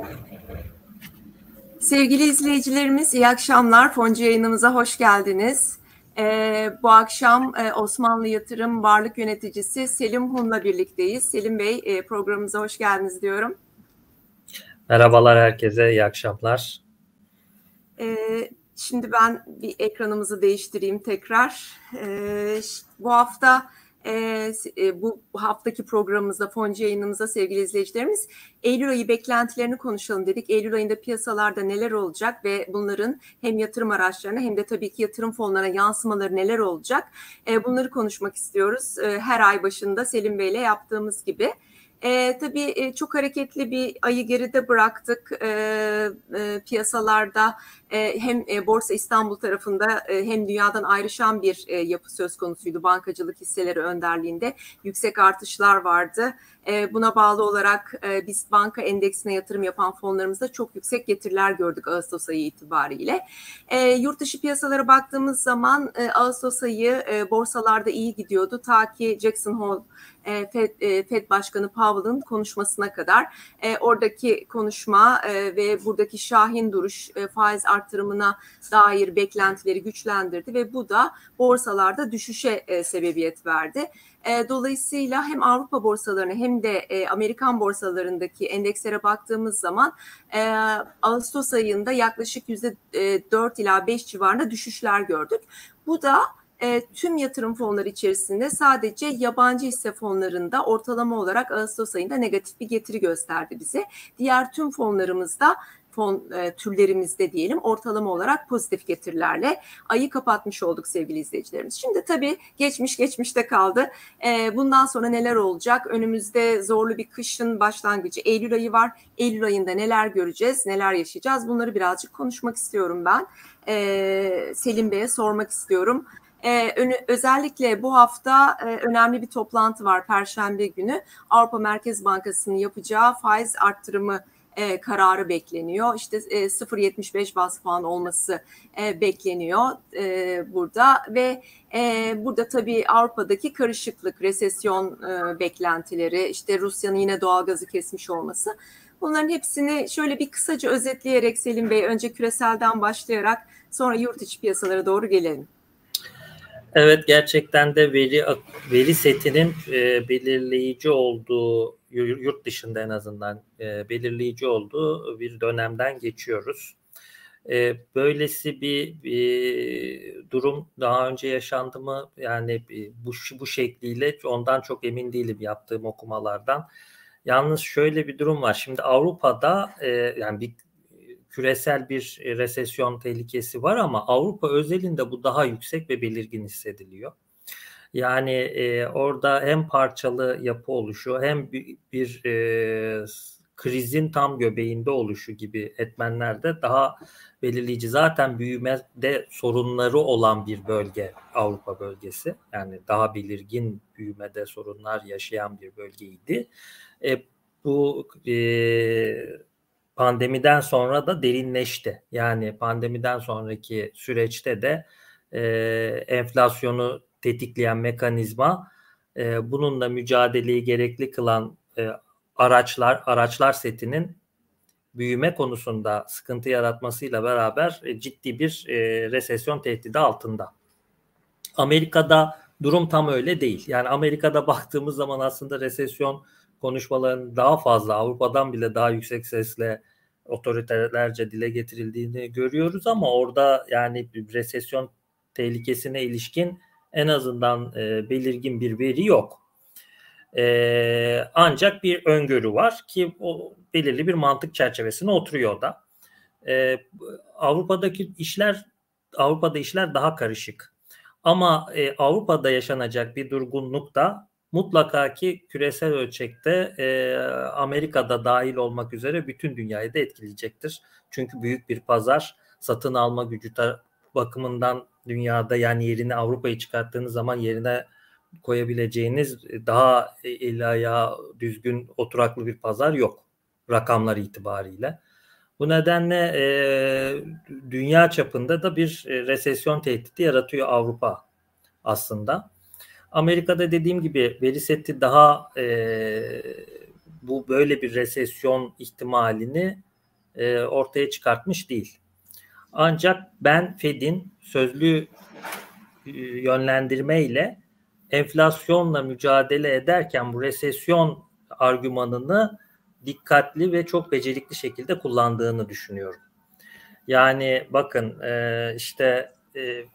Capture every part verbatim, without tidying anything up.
Sevgili izleyicilerimiz, iyi akşamlar. Foncu yayınımıza hoş geldiniz. Ee, bu akşam e, Osmanlı Yatırım Varlık Yöneticisi Selim Hun'la birlikteyiz. Selim Bey, e, programımıza hoş geldiniz diyorum. Merhabalar herkese, iyi akşamlar. Ee, şimdi ben bir ekranımızı değiştireyim tekrar. Ee, bu hafta... Ee, bu haftaki programımızda, Foncu yayınımızda sevgili izleyicilerimiz, Eylül ayı beklentilerini konuşalım dedik. Eylül ayında piyasalarda neler olacak ve bunların hem yatırım araçlarına hem de tabii ki yatırım fonlarına yansımaları neler olacak? Ee, bunları konuşmak istiyoruz. Ee, her ay başında Selim Bey'le yaptığımız gibi. E, tabii e, çok hareketli bir ayı geride bıraktık. E, e, piyasalarda e, hem e, Borsa İstanbul tarafında e, hem dünyadan ayrışan bir e, yapı söz konusuydu. Bankacılık hisseleri önderliğinde yüksek artışlar vardı. E, buna bağlı olarak e, biz banka endeksine yatırım yapan fonlarımızda çok yüksek getiriler gördük Ağustos ayı itibariyle. E, yurt dışı piyasalara baktığımız zaman e, Ağustos ayı e, borsalarda iyi gidiyordu. Ta ki Jackson Hole Fed, Fed Başkanı Powell'ın konuşmasına kadar e, oradaki konuşma e, ve buradaki şahin duruş e, faiz artırımına dair beklentileri güçlendirdi ve bu da borsalarda düşüşe e, sebebiyet verdi. E, dolayısıyla hem Avrupa borsalarına hem de e, Amerikan borsalarındaki endekslere baktığımız zaman e, Ağustos ayında yaklaşık yüzde dört ila beş civarında düşüşler gördük. Bu da E, tüm yatırım fonları içerisinde sadece yabancı hisse fonlarında ortalama olarak Ağustos ayında negatif bir getiri gösterdi bize. Diğer tüm fonlarımızda, fon e, türlerimizde diyelim, ortalama olarak pozitif getirilerle ayı kapatmış olduk sevgili izleyicilerimiz. Şimdi tabii geçmiş geçmişte kaldı. E, bundan sonra neler olacak? Önümüzde zorlu bir kışın başlangıcı Eylül ayı var. Eylül ayında neler göreceğiz, neler yaşayacağız? Bunları birazcık konuşmak istiyorum ben. E, Selim Bey'e sormak istiyorum. Ee, önü, özellikle bu hafta e, önemli bir toplantı var Perşembe günü. Avrupa Merkez Bankası'nın yapacağı faiz arttırımı e, kararı bekleniyor. İşte e, sıfır virgül yetmiş beş bas puan olması e, bekleniyor e, burada ve e, burada tabii Avrupa'daki karışıklık, resesyon e, beklentileri, işte Rusya'nın yine doğalgazı kesmiş olması. Bunların hepsini şöyle bir kısaca özetleyerek Selim Bey, önce küreselden başlayarak sonra yurt içi piyasalara doğru gelelim. Evet, gerçekten de veri veri setinin e, belirleyici olduğu, yurt dışında en azından e, belirleyici olduğu bir dönemden geçiyoruz. E, böylesi bir, bir durum daha önce yaşandı mı? Yani bu bu şekliyle ondan çok emin değilim yaptığım okumalardan. Yalnız şöyle bir durum var. Şimdi Avrupa'da e, yani bir küresel bir resesyon tehlikesi var ama Avrupa özelinde bu daha yüksek ve belirgin hissediliyor. Yani e, orada hem parçalı yapı oluşu hem bir, bir e, krizin tam göbeğinde oluşu gibi etmenler de daha belirleyici. Zaten büyümede sorunları olan bir bölge Avrupa bölgesi. Yani daha belirgin büyümede sorunlar yaşayan bir bölgeydi. E, bu e, pandemiden sonra da derinleşti. Yani pandemiden sonraki süreçte de e, enflasyonu tetikleyen mekanizma, e, bununla mücadeleyi gerekli kılan e, araçlar, araçlar setinin büyüme konusunda sıkıntı yaratmasıyla beraber e, ciddi bir e, resesyon tehdidi altında. Amerika'da durum tam öyle değil. Yani Amerika'da baktığımız zaman aslında resesyon konuşmalarının daha fazla, Avrupa'dan bile daha yüksek sesle otoritelerce dile getirildiğini görüyoruz ama orada yani resesyon tehlikesine ilişkin en azından e, belirgin bir veri yok. E, ancak bir öngörü var ki o belirli bir mantık çerçevesine oturuyor da. E, Avrupa'daki işler, Avrupa'da işler daha karışık. Ama e, Avrupa'da yaşanacak bir durgunluk da mutlaka ki küresel ölçekte e, Amerika'da dahil olmak üzere bütün dünyayı da etkileyecektir. Çünkü büyük bir pazar, satın alma gücü tar- bakımından dünyada, yani yerini Avrupa'yı çıkarttığınız zaman yerine koyabileceğiniz daha el ayağı düzgün, oturaklı bir pazar yok rakamlar itibariyle. Bu nedenle e, dünya çapında da bir e, resesyon tehdidi yaratıyor Avrupa aslında. Amerika'da dediğim gibi veri seti daha e, bu böyle bir resesyon ihtimalini e, ortaya çıkartmış değil. Ancak ben Fed'in sözlü e, yönlendirmeyle enflasyonla mücadele ederken bu resesyon argümanını dikkatli ve çok becerikli şekilde kullandığını düşünüyorum. Yani bakın e, işte e,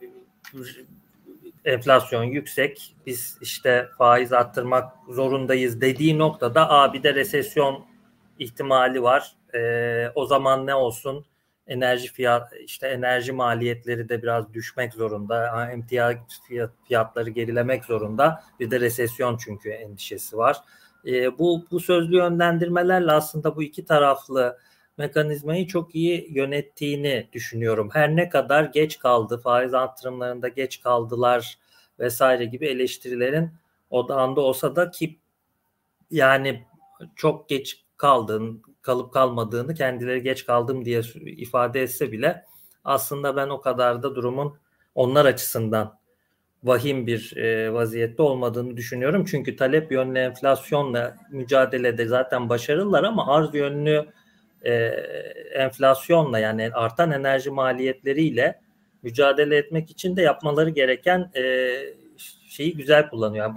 enflasyon yüksek, biz işte faiz arttırmak zorundayız dediği noktada Aa, bir de resesyon ihtimali var. E, o zaman ne olsun? Enerji fiyat, işte enerji maliyetleri de biraz düşmek zorunda. Emtia fiyat, fiyatları gerilemek zorunda. Bir de resesyon çünkü endişesi var. E, bu bu sözlü yönlendirmelerle aslında bu iki taraflı mekanizmayı çok iyi yönettiğini düşünüyorum. Her ne kadar geç kaldı, faiz artırımlarında geç kaldılar vesaire gibi eleştirilerin odağında olsa da ki yani çok geç kaldığını, kalıp kalmadığını kendileri geç kaldım diye ifade etse bile aslında ben o kadar da durumun onlar açısından vahim bir e, vaziyette olmadığını düşünüyorum. Çünkü talep yönlü enflasyonla mücadelede zaten başarılılar ama arz yönlü e, enflasyonla yani artan enerji maliyetleriyle mücadele etmek için de yapmaları gereken e, şeyi güzel kullanıyor.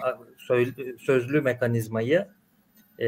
Sözlü mekanizmayı e,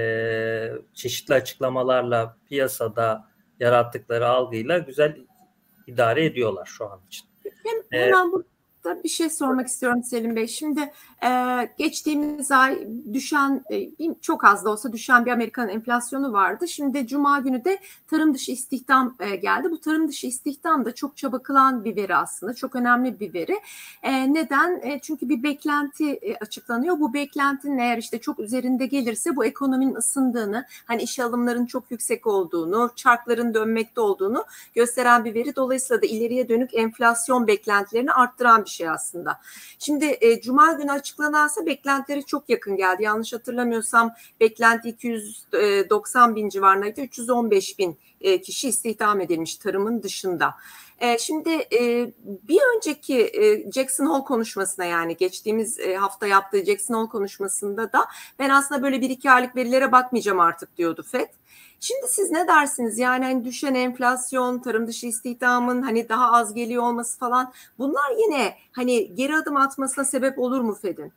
çeşitli açıklamalarla piyasada yarattıkları algıyla güzel idare ediyorlar şu an için. Hem, hemen burada bir şey sormak istiyorum Selim Bey. Şimdi e, geçtiğimiz ay düşen, e, çok az da olsa düşen bir Amerikan enflasyonu vardı. Şimdi Cuma günü de tarım dışı istihdam e, geldi. Bu tarım dışı istihdam da çok bakılan bir veri aslında. Çok önemli bir veri. E, neden? E, çünkü bir beklenti e, açıklanıyor. Bu beklentinin eğer işte çok üzerinde gelirse bu ekonominin ısındığını, hani işe alımların çok yüksek olduğunu, çarkların dönmekte olduğunu gösteren bir veri. Dolayısıyla da ileriye dönük enflasyon beklentilerini arttıran bir şey aslında. Şimdi e, Cuma günü açıklanansa beklentileri çok yakın geldi. Yanlış hatırlamıyorsam beklenti iki yüz doksan bin civarındaydı. üç yüz on beş bin e, kişi istihdam edilmiş tarımın dışında. E, şimdi e, bir önceki e, Jackson Hole konuşmasına, yani geçtiğimiz e, hafta yaptığı Jackson Hole konuşmasında da ben aslında böyle bir iki aylık verilere bakmayacağım artık diyordu Fed. Şimdi siz ne dersiniz? Yani hani düşen enflasyon, tarım dışı istihdamın hani daha az geliyor olması falan, bunlar yine hani geri adım atmasına sebep olur mu Fed'in?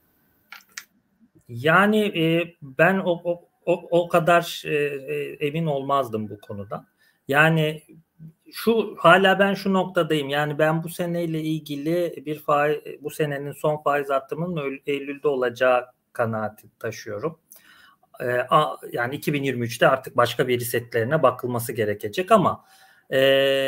Yani e, ben o, o, o, o kadar e, emin olmazdım bu konuda. Yani şu hala ben şu noktadayım. Yani ben bu seneyle ilgili bir faiz, bu senenin son faiz artımının Eylül'de olacağı kanaati taşıyorum. Ee, yani iki bin yirmi üçte artık başka veri setlerine bakılması gerekecek ama e,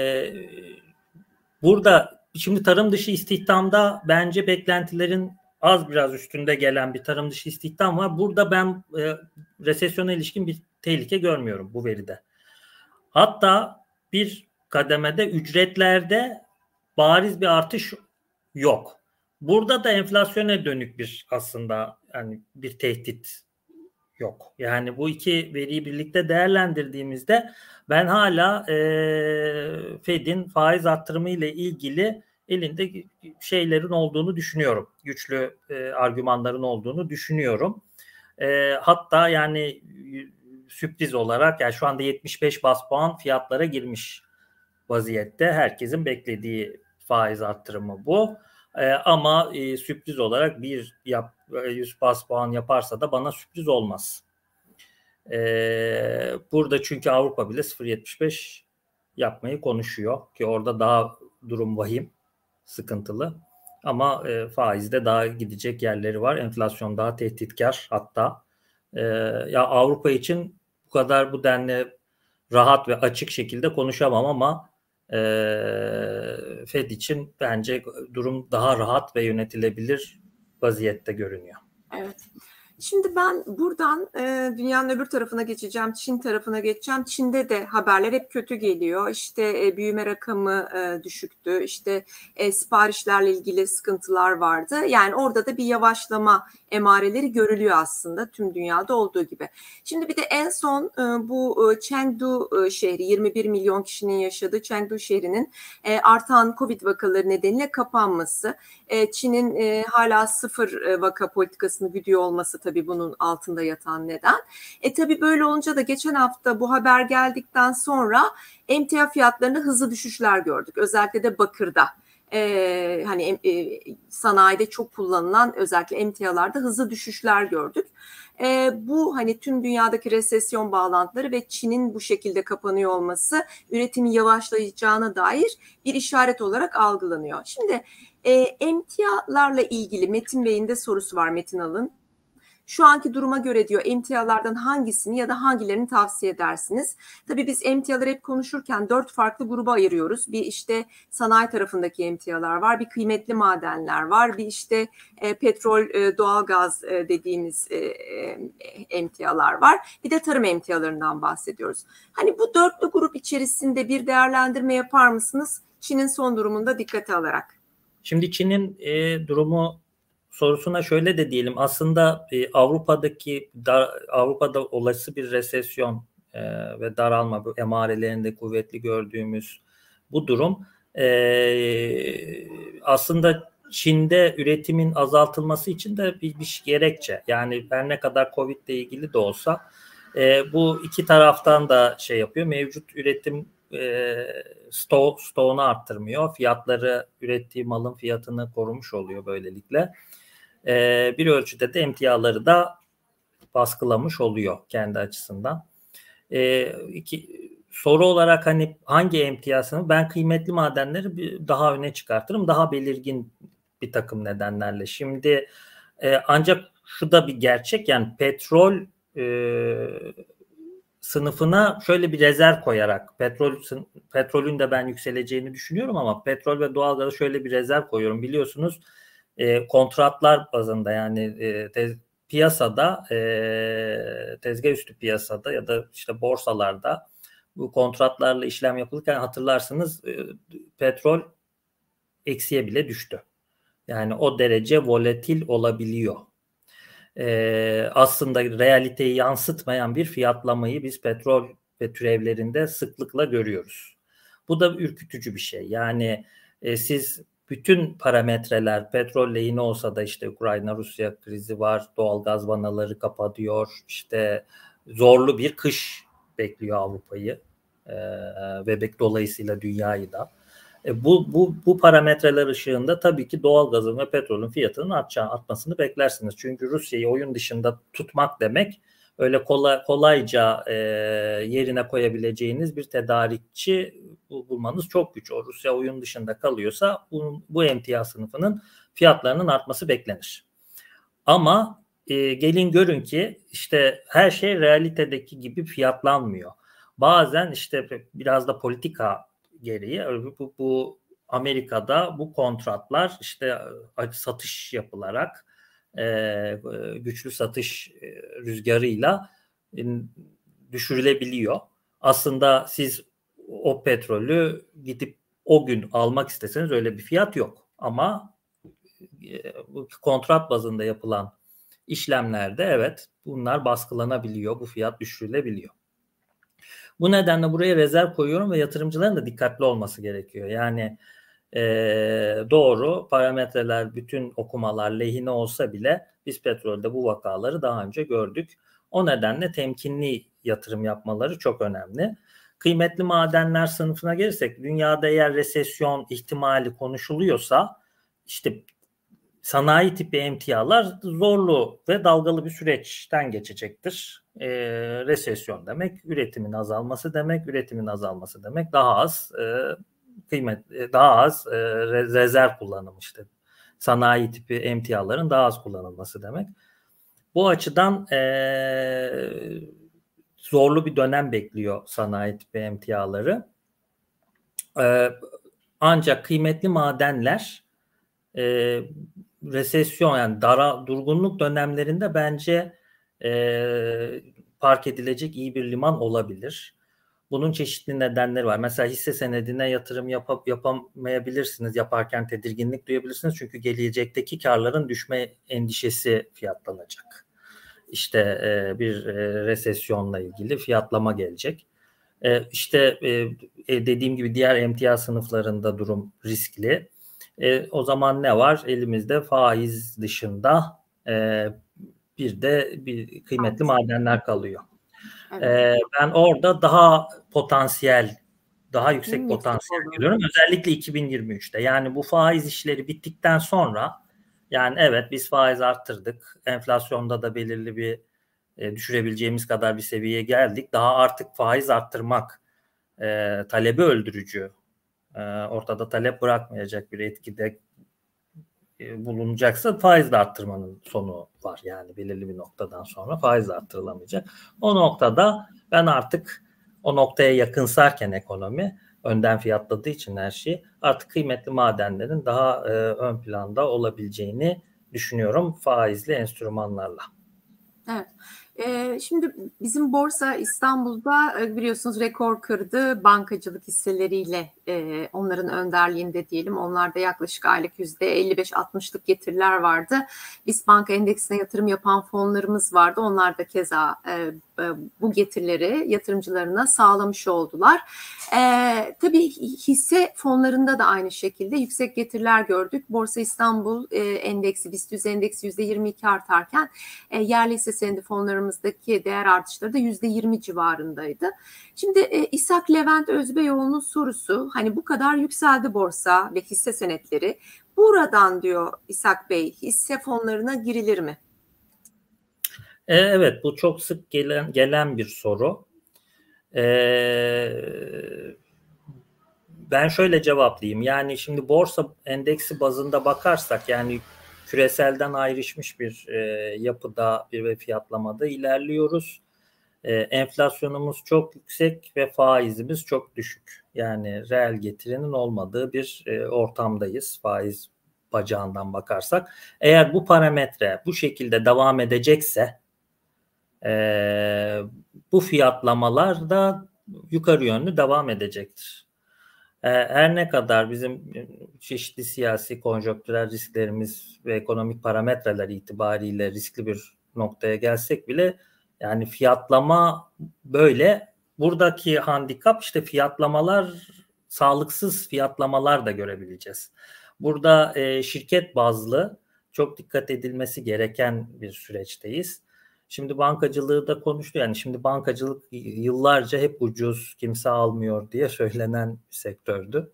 burada şimdi tarım dışı istihdamda bence beklentilerin az biraz üstünde gelen bir tarım dışı istihdam var. Burada ben e, resesyona ilişkin bir tehlike görmüyorum bu veride. Hatta bir kademede ücretlerde bariz bir artış yok. Burada da enflasyona dönük bir aslında yani bir tehdit yok. Yani bu iki veriyi birlikte değerlendirdiğimizde ben hala e, Fed'in faiz arttırımı ile ilgili elinde şeylerin olduğunu düşünüyorum. Güçlü e, argümanların olduğunu düşünüyorum. E, hatta yani sürpriz olarak yani şu anda yetmiş beş bas puan fiyatlara girmiş vaziyette. Herkesin beklediği faiz arttırımı bu. E, ama e, sürpriz olarak bir yap, yüz bas puan yaparsa da bana sürpriz olmaz. E, burada çünkü Avrupa bile sıfır virgül yetmiş beş yapmayı konuşuyor ki orada daha durum vahim, sıkıntılı. Ama e, faizde daha gidecek yerleri var. Enflasyon daha tehditkar hatta. E, ya Avrupa için bu kadar bu denli rahat ve açık şekilde konuşamam ama e, Fed için bence durum daha rahat ve yönetilebilir vaziyette görünüyor. Evet. Şimdi ben buradan e, dünyanın öbür tarafına geçeceğim, Çin tarafına geçeceğim. Çin'de de haberler hep kötü geliyor. İşte e, büyüme rakamı e, düşüktü, işte e, siparişlerle ilgili sıkıntılar vardı. Yani orada da bir yavaşlama emareleri görülüyor aslında tüm dünyada olduğu gibi. Şimdi bir de en son e, bu e, Chengdu e, şehri, yirmi bir milyon kişinin yaşadığı Chengdu şehrinin e, artan Covid vakaları nedeniyle kapanması, e, Çin'in e, hala sıfır e, vaka politikasını güdüyor olması tabii tabii bunun altında yatan neden. E tabii böyle olunca da geçen hafta bu haber geldikten sonra emtia fiyatlarında hızlı düşüşler gördük. Özellikle de bakırda. Ee, hani e, sanayide çok kullanılan özellikle emtialarda hızlı düşüşler gördük. Ee, bu hani tüm dünyadaki resesyon bağlantıları ve Çin'in bu şekilde kapanıyor olması üretimin yavaşlayacağına dair bir işaret olarak algılanıyor. Şimdi e, emtialarla ilgili Metin Bey'in de sorusu var, Metin Alın. Şu anki duruma göre diyor emtialardan hangisini ya da hangilerini tavsiye edersiniz? Tabii biz emtiaları hep konuşurken dört farklı gruba ayırıyoruz. Bir işte sanayi tarafındaki emtialar var, bir kıymetli madenler var, bir işte e, petrol, e, doğalgaz e, dediğimiz e, e, emtialar var. Bir de tarım emtialarından bahsediyoruz. Hani bu dörtlü grup içerisinde bir değerlendirme yapar mısınız? Çin'in son durumunda dikkate alarak. Şimdi Çin'in e, durumu sorusuna şöyle de diyelim. Aslında e, Avrupa'daki dar, Avrupa'da olası bir resesyon e, ve daralma bu emarelerinde kuvvetli gördüğümüz bu durum e, aslında Çin'de üretimin azaltılması için de bir, bir gerekçe. Yani her ne kadar Covid ile ilgili de olsa e, bu iki taraftan da şey yapıyor. Mevcut üretim e, sto, stoğunu arttırmıyor. Fiyatları, ürettiği malın fiyatını korumuş oluyor böylelikle. E, bir ölçüde de emtiaları da baskılamış oluyor kendi açısından. E, iki, soru olarak hani hangi emtiasını, ben kıymetli madenleri daha öne çıkartırım. Daha belirgin bir takım nedenlerle. Şimdi e, ancak şu da bir gerçek, yani petrol e, sınıfına şöyle bir rezerv koyarak, petrol petrolün de ben yükseleceğini düşünüyorum ama petrol ve doğalgaza şöyle bir rezerv koyuyorum. Biliyorsunuz e, kontratlar bazında, yani e, tez, piyasada e, tezgah üstü piyasada ya da işte borsalarda bu kontratlarla işlem yapılırken hatırlarsınız e, petrol eksiye bile düştü. Yani o derece volatil olabiliyor. Ee, aslında realiteyi yansıtmayan bir fiyatlamayı biz petrol ve türevlerinde sıklıkla görüyoruz. Bu da ürkütücü bir şey. Yani e, siz bütün parametreler petrol lehine olsa da işte Ukrayna-Rusya krizi var, doğalgaz vanaları kapatıyor, işte zorlu bir kış bekliyor Avrupa'yı e, ve dolayısıyla dünyayı da. E bu, bu, bu parametreler ışığında tabii ki doğalgazın ve petrolün fiyatının artacağı, artmasını beklersiniz. Çünkü Rusya'yı oyun dışında tutmak demek öyle kolay, kolayca e, yerine koyabileceğiniz bir tedarikçi bulmanız çok güç. O Rusya oyun dışında kalıyorsa bu, bu emtia sınıfının fiyatlarının artması beklenir. Ama e, gelin görün ki işte her şey realitedeki gibi fiyatlanmıyor. Bazen işte biraz da politika gereği bu, bu Amerika'da bu kontratlar işte satış yapılarak e, güçlü satış rüzgarıyla e, düşürülebiliyor. Aslında siz o petrolü gidip o gün almak isteseniz öyle bir fiyat yok. Ama e, bu kontrat bazında yapılan işlemlerde evet bunlar baskılanabiliyor, bu fiyat düşürülebiliyor. Bu nedenle buraya rezerv koyuyorum ve yatırımcıların da dikkatli olması gerekiyor. Yani e, doğru parametreler, bütün okumalar lehine olsa bile biz petrolde bu vakaları daha önce gördük. O nedenle temkinli yatırım yapmaları çok önemli. Kıymetli madenler sınıfına gelirsek, dünyada eğer resesyon ihtimali konuşuluyorsa işte sanayi tipi emtialar zorlu ve dalgalı bir süreçten geçecektir. E, resesyon demek, üretimin azalması demek, üretimin azalması demek daha az e, kıymet, daha az e, rezerv kullanımı, işte sanayi tipi emtiaların daha az kullanılması demek. Bu açıdan e, zorlu bir dönem bekliyor sanayi tipi emtiaları. E, ancak kıymetli madenler e, resesyon, yani dara, durgunluk dönemlerinde bence e, park edilecek iyi bir liman olabilir. Bunun çeşitli nedenleri var. Mesela hisse senedine yatırım yapıp yapamayabilirsiniz. Yaparken tedirginlik duyabilirsiniz. Çünkü gelecekteki karların düşme endişesi fiyatlanacak. İşte e, bir e, resesyonla ilgili fiyatlama gelecek. E, işte e, dediğim gibi diğer emtia sınıflarında durum riskli. E, o zaman ne var? Elimizde faiz dışında e, bir de bir kıymetli madenler kalıyor. Evet. Ee, ben orada daha potansiyel, daha yüksek Hmm, potansiyel yüksek görüyorum. Özellikle iki bin yirmi üçte. Yani bu faiz işleri bittikten sonra, yani evet biz faiz arttırdık. Enflasyonda da belirli bir e, düşürebileceğimiz kadar bir seviyeye geldik. Daha artık faiz arttırmak e, talebi öldürücü. E, ortada talep bırakmayacak bir etkide e, bulunacaksa faiz de arttırmanın sonu var. Yani belirli bir noktadan sonra faiz de arttırılamayacak. O noktada ben artık o noktaya yakınsarken ekonomi önden fiyatladığı için her şeyi artık kıymetli madenlerin daha e, ön planda olabileceğini düşünüyorum faizli enstrümanlarla. Evet. Ee, şimdi bizim borsa İstanbul'da e, biliyorsunuz rekor kırdı bankacılık hisseleriyle e, onların önderliğinde diyelim. Onlarda yaklaşık aylık yüzde elli beş altmışlık getiriler vardı. Biz banka endeksine yatırım yapan fonlarımız vardı. Onlar da keza e, e, bu getirileri yatırımcılarına sağlamış oldular. E, tabii hisse fonlarında da aynı şekilde yüksek getiriler gördük. Borsa İstanbul e, endeksi, BIST yüz endeksi yüzde yirmi iki artarken e, yerli hisse senedi fonlarımızdaki değer artışları da yüzde yirmi civarındaydı. Şimdi e, İshak Levent Özbeyoğlu'nun sorusu, hani bu kadar yükseldi borsa ve hisse senetleri. Buradan diyor İshak Bey, hisse fonlarına girilir mi? E, evet, bu çok sık gelen gelen bir soru. E, ben şöyle cevaplayayım. Yani şimdi borsa endeksi bazında bakarsak, yani küreselden ayrışmış bir e, yapıda bir ve fiyatlamada ilerliyoruz. E, enflasyonumuz çok yüksek ve faizimiz çok düşük. Yani reel getirinin olmadığı bir e, ortamdayız faiz bacağından bakarsak. Eğer bu parametre bu şekilde devam edecekse e, bu fiyatlamalar da yukarı yönlü devam edecektir. Her ne kadar bizim çeşitli siyasi konjonktürel risklerimiz ve ekonomik parametreler itibariyle riskli bir noktaya gelsek bile, yani fiyatlama böyle. Buradaki handikap işte fiyatlamalar, sağlıksız fiyatlamalar da görebileceğiz. Burada e, şirket bazlı çok dikkat edilmesi gereken bir süreçteyiz. Şimdi bankacılığı da konuştu. Yani şimdi bankacılık yıllarca hep ucuz, kimse almıyor diye söylenen bir sektördü.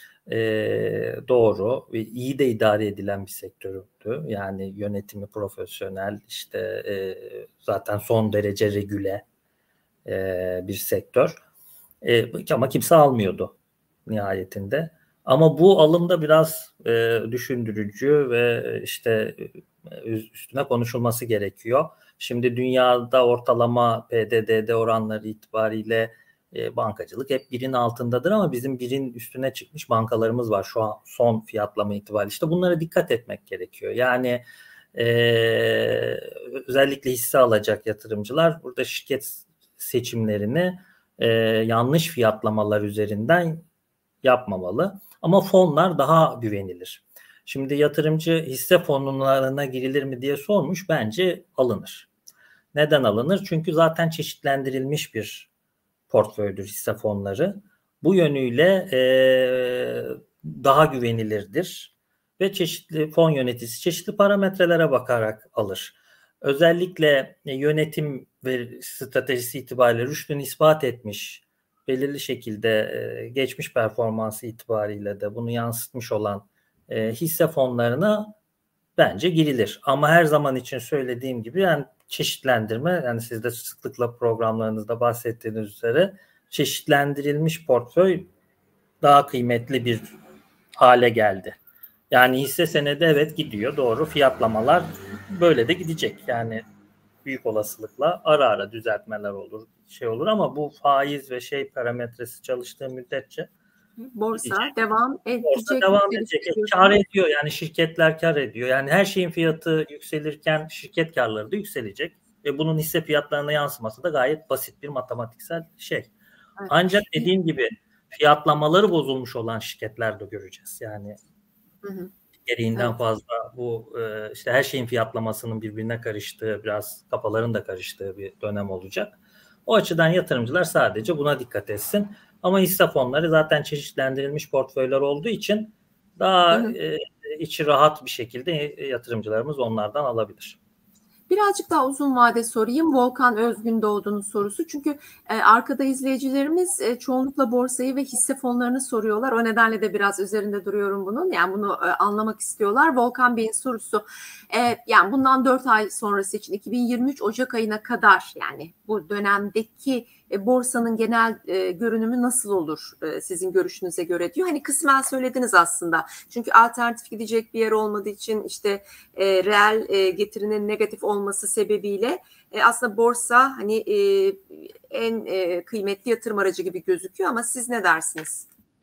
Ee, doğru ve iyi de idare edilen bir sektördü. Yani yönetimi profesyonel, işte e, zaten son derece regüle e, bir sektör. E, ama kimse almıyordu nihayetinde. Ama bu alımda biraz e, düşündürücü ve işte üstüne konuşulması gerekiyor. Şimdi dünyada ortalama P D D'de oranları itibariyle e, bankacılık hep birin altındadır ama bizim birin üstüne çıkmış bankalarımız var şu an son fiyatlama itibariyle. İşte bunlara dikkat etmek gerekiyor. Yani e, özellikle hisse alacak yatırımcılar burada şirket seçimlerini e, yanlış fiyatlamalar üzerinden yapmamalı. Ama fonlar daha güvenilir. Şimdi yatırımcı hisse fonlarına girilir mi diye sormuş. Bence alınır. Neden alınır? Çünkü zaten çeşitlendirilmiş bir portföydür hisse fonları. Bu yönüyle e, daha güvenilirdir ve çeşitli fon yöneticisi çeşitli parametrelere bakarak alır. Özellikle yönetim ve stratejisi itibariyle rüştünü ispat etmiş, belirli şekilde e, geçmiş performansı itibariyle de bunu yansıtmış olan e, hisse fonlarına bence girilir. Ama her zaman için söylediğim gibi, yani çeşitlendirme, yani siz de sıklıkla programlarınızda bahsettiğiniz üzere çeşitlendirilmiş portföy daha kıymetli bir hale geldi. Yani hisse senedi evet gidiyor, doğru, fiyatlamalar böyle de gidecek. Yani büyük olasılıkla ara ara düzeltmeler olur, şey olur ama bu faiz ve şey parametresi çalıştığı müddetçe Borsa gidecek. devam edecek. Borsa devam edecek. E, kar ediyor, yani şirketler kar ediyor. Yani her şeyin fiyatı yükselirken şirket karları da yükselecek. Ve bunun hisse fiyatlarına yansıması da gayet basit bir matematiksel şey. Evet. Ancak dediğim gibi fiyatlamaları bozulmuş olan şirketler de göreceğiz. Yani hı hı. gereğinden evet. fazla bu işte her şeyin fiyatlamasının birbirine karıştığı, biraz kafaların da karıştığı bir dönem olacak. O açıdan yatırımcılar sadece buna dikkat etsin. Ama hisse fonları zaten çeşitlendirilmiş portföyler olduğu için daha hı hı. E, içi rahat bir şekilde yatırımcılarımız onlardan alabilir. Birazcık daha uzun vade sorayım. Volkan Özgündoğdu'nun sorusu. Çünkü e, arkada izleyicilerimiz e, çoğunlukla borsayı ve hisse fonlarını soruyorlar. O nedenle de biraz üzerinde duruyorum bunun. Yani bunu e, anlamak istiyorlar. Volkan Bey'in sorusu. E, yani bundan dört ay sonrası için iki bin yirmi üç Ocak ayına kadar, yani bu dönemdeki e, borsanın genel e, görünümü nasıl olur e, sizin görüşünüze göre diyor. Hani kısmen söylediniz aslında. Çünkü alternatif gidecek bir yer olmadığı için, işte e, reel e, getirinin negatif olması sebebiyle e, aslında borsa hani e, en e, kıymetli yatırım aracı gibi gözüküyor, ama siz ne dersiniz?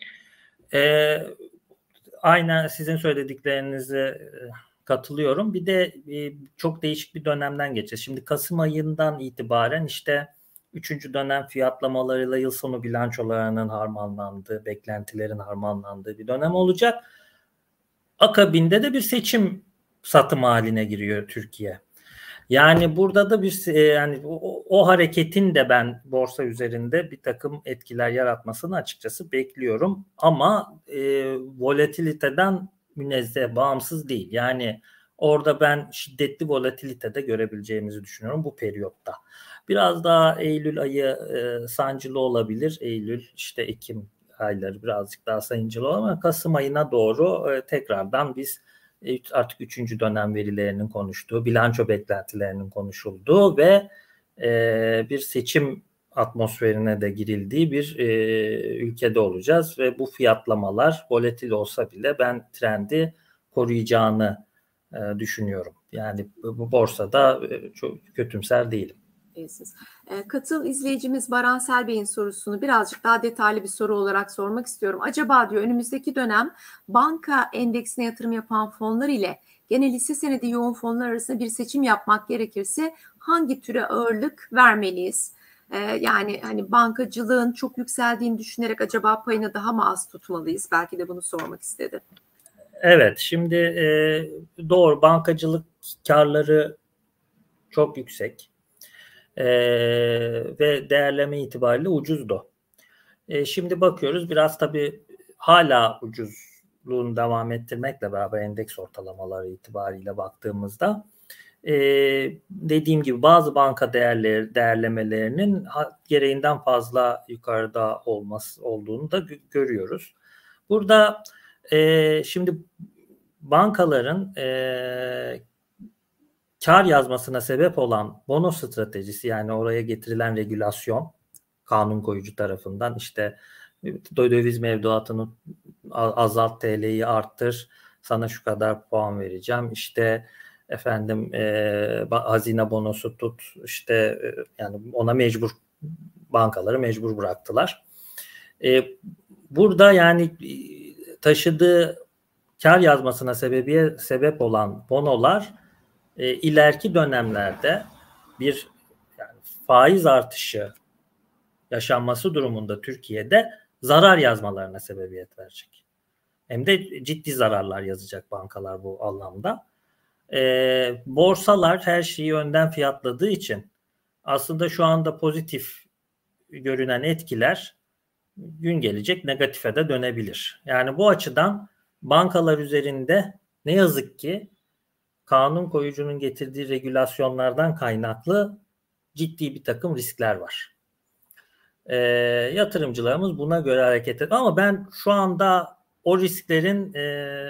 E, aynen sizin söylediklerinize katılıyorum. Bir de e, çok değişik bir dönemden geçeceğiz. Şimdi Kasım ayından itibaren işte üçüncü dönem fiyatlamalarıyla yıl sonu bilançolarının harmanlandığı, beklentilerin harmanlandığı bir dönem olacak. Akabinde de bir seçim satım haline giriyor Türkiye. Yani burada da bir yani o, o hareketin de ben borsa üzerinde bir takım etkiler yaratmasını açıkçası bekliyorum. Ama e, volatiliteden münezzeh, bağımsız değil. Yani orada ben şiddetli volatilite de görebileceğimizi düşünüyorum bu periyotta. Biraz daha Eylül ayı e, sancılı olabilir. Eylül, işte Ekim ayları birazcık daha sancılı ama Kasım ayına doğru e, tekrardan biz artık üçüncü dönem verilerinin konuştuğu, bilanço beklentilerinin konuşulduğu ve e, bir seçim atmosferine de girildiği bir e, ülkede olacağız ve bu fiyatlamalar volatil olsa bile ben trendi koruyacağını e, düşünüyorum. Yani bu borsada e, çok kötümser değilim. Katıl izleyicimiz Baran Selbey'in sorusunu birazcık daha detaylı bir soru olarak sormak istiyorum. Acaba diyor, önümüzdeki dönem banka endeksine yatırım yapan fonlar ile genel hisse senedi yoğun fonlar arasında bir seçim yapmak gerekirse hangi türe ağırlık vermeliyiz? Ee, yani hani bankacılığın çok yükseldiğini düşünerek acaba payını daha mı az tutmalıyız? Belki de bunu sormak istedi. Evet, şimdi e, doğru, bankacılık karları çok yüksek. Ee, ve değerleme itibariyle ucuzdu. Ee, şimdi bakıyoruz biraz tabii hala ucuzluğunu devam ettirmekle beraber endeks ortalamaları itibariyle baktığımızda e, dediğim gibi bazı banka değerleri değerlemelerinin gereğinden fazla yukarıda olması olduğunu da görüyoruz. Burada e, şimdi bankaların e, kar yazmasına sebep olan bono stratejisi, yani oraya getirilen regülasyon kanun koyucu tarafından, işte döviz mevduatını azalt, T L'yi arttır, sana şu kadar puan vereceğim, işte efendim e, hazine bonosu tut, işte e, yani ona mecbur, bankaları mecbur bıraktılar. E, burada yani taşıdığı kar yazmasına sebebiye sebep olan bonolar e, ileriki dönemlerde bir yani faiz artışı yaşanması durumunda Türkiye'de zarar yazmalarına sebebiyet verecek. Hem de ciddi zararlar yazacak bankalar bu anlamda. E, borsalar her şeyi önden fiyatladığı için aslında şu anda pozitif görünen etkiler gün gelecek negatife de dönebilir. Yani bu açıdan bankalar üzerinde ne yazık ki kanun koyucunun getirdiği regülasyonlardan kaynaklı ciddi bir takım riskler var. E, yatırımcılarımız buna göre hareket ediyor. Ama ben şu anda o risklerin e,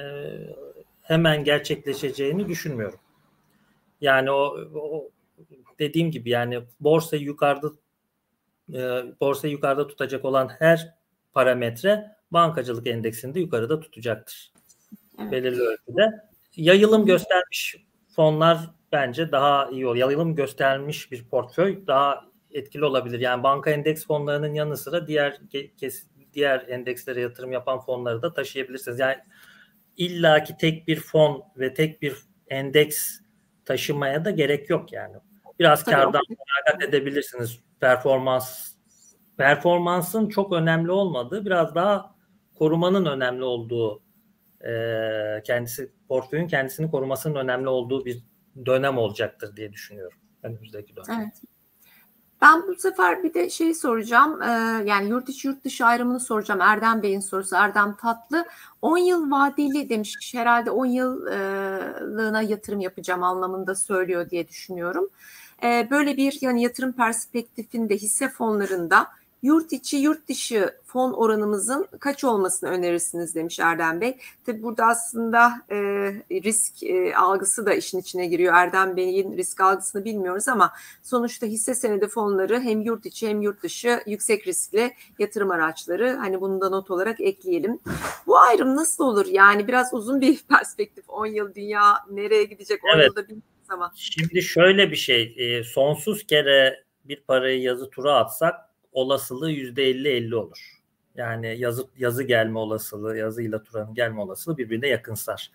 hemen gerçekleşeceğini düşünmüyorum. Yani o, o dediğim gibi, yani borsayı yukarıda e, borsayı yukarıda tutacak olan her parametre bankacılık endeksini de yukarıda tutacaktır. Evet. Belirli ölçüde. Yayılım göstermiş fonlar bence daha iyi olur. Yayılım göstermiş bir portföy daha etkili olabilir. Yani banka endeks fonlarının yanı sıra diğer diğer endekslere yatırım yapan fonları da taşıyabilirsiniz. Yani illaki tek bir fon ve tek bir endeks taşımaya da gerek yok yani. Biraz Tabii kardan feragat edebilirsiniz. Performans performansın çok önemli olmadığı, biraz daha korumanın önemli olduğu, e, kendisi portföyün kendisini korumasının önemli olduğu bir dönem olacaktır diye düşünüyorum önümüzdeki dönem. Evet. Ben bu sefer bir de şey soracağım, e, yani yurt içi yurt dışı ayrımını soracağım. Erdem Bey'in sorusu, Erdem Tatlı. on yıl vadeli demiş, herhalde on yıllığına yatırım yapacağım anlamında söylüyor diye düşünüyorum. E, böyle bir yani yatırım perspektifinde hisse fonlarında yurt içi yurt dışı fon oranımızın kaç olmasını önerirsiniz demiş Erdem Bey. Tabii burada aslında e, risk e, algısı da işin içine giriyor. Erdem Bey'in risk algısını bilmiyoruz ama sonuçta hisse senedi fonları hem yurt içi hem yurt dışı yüksek riskli yatırım araçları. Hani bunu da not olarak ekleyelim. Bu ayrım nasıl olur? Yani biraz uzun bir perspektif. on yıl dünya nereye gidecek? on Evet. yılda bilmiyoruz ama. Şimdi şöyle bir şey. E, sonsuz kere bir parayı yazı tura atsak olasılığı yüzde elli elli olur. Yani yazı yazı gelme olasılığı, yazıyla turanın gelme olasılığı birbirine yakınsar.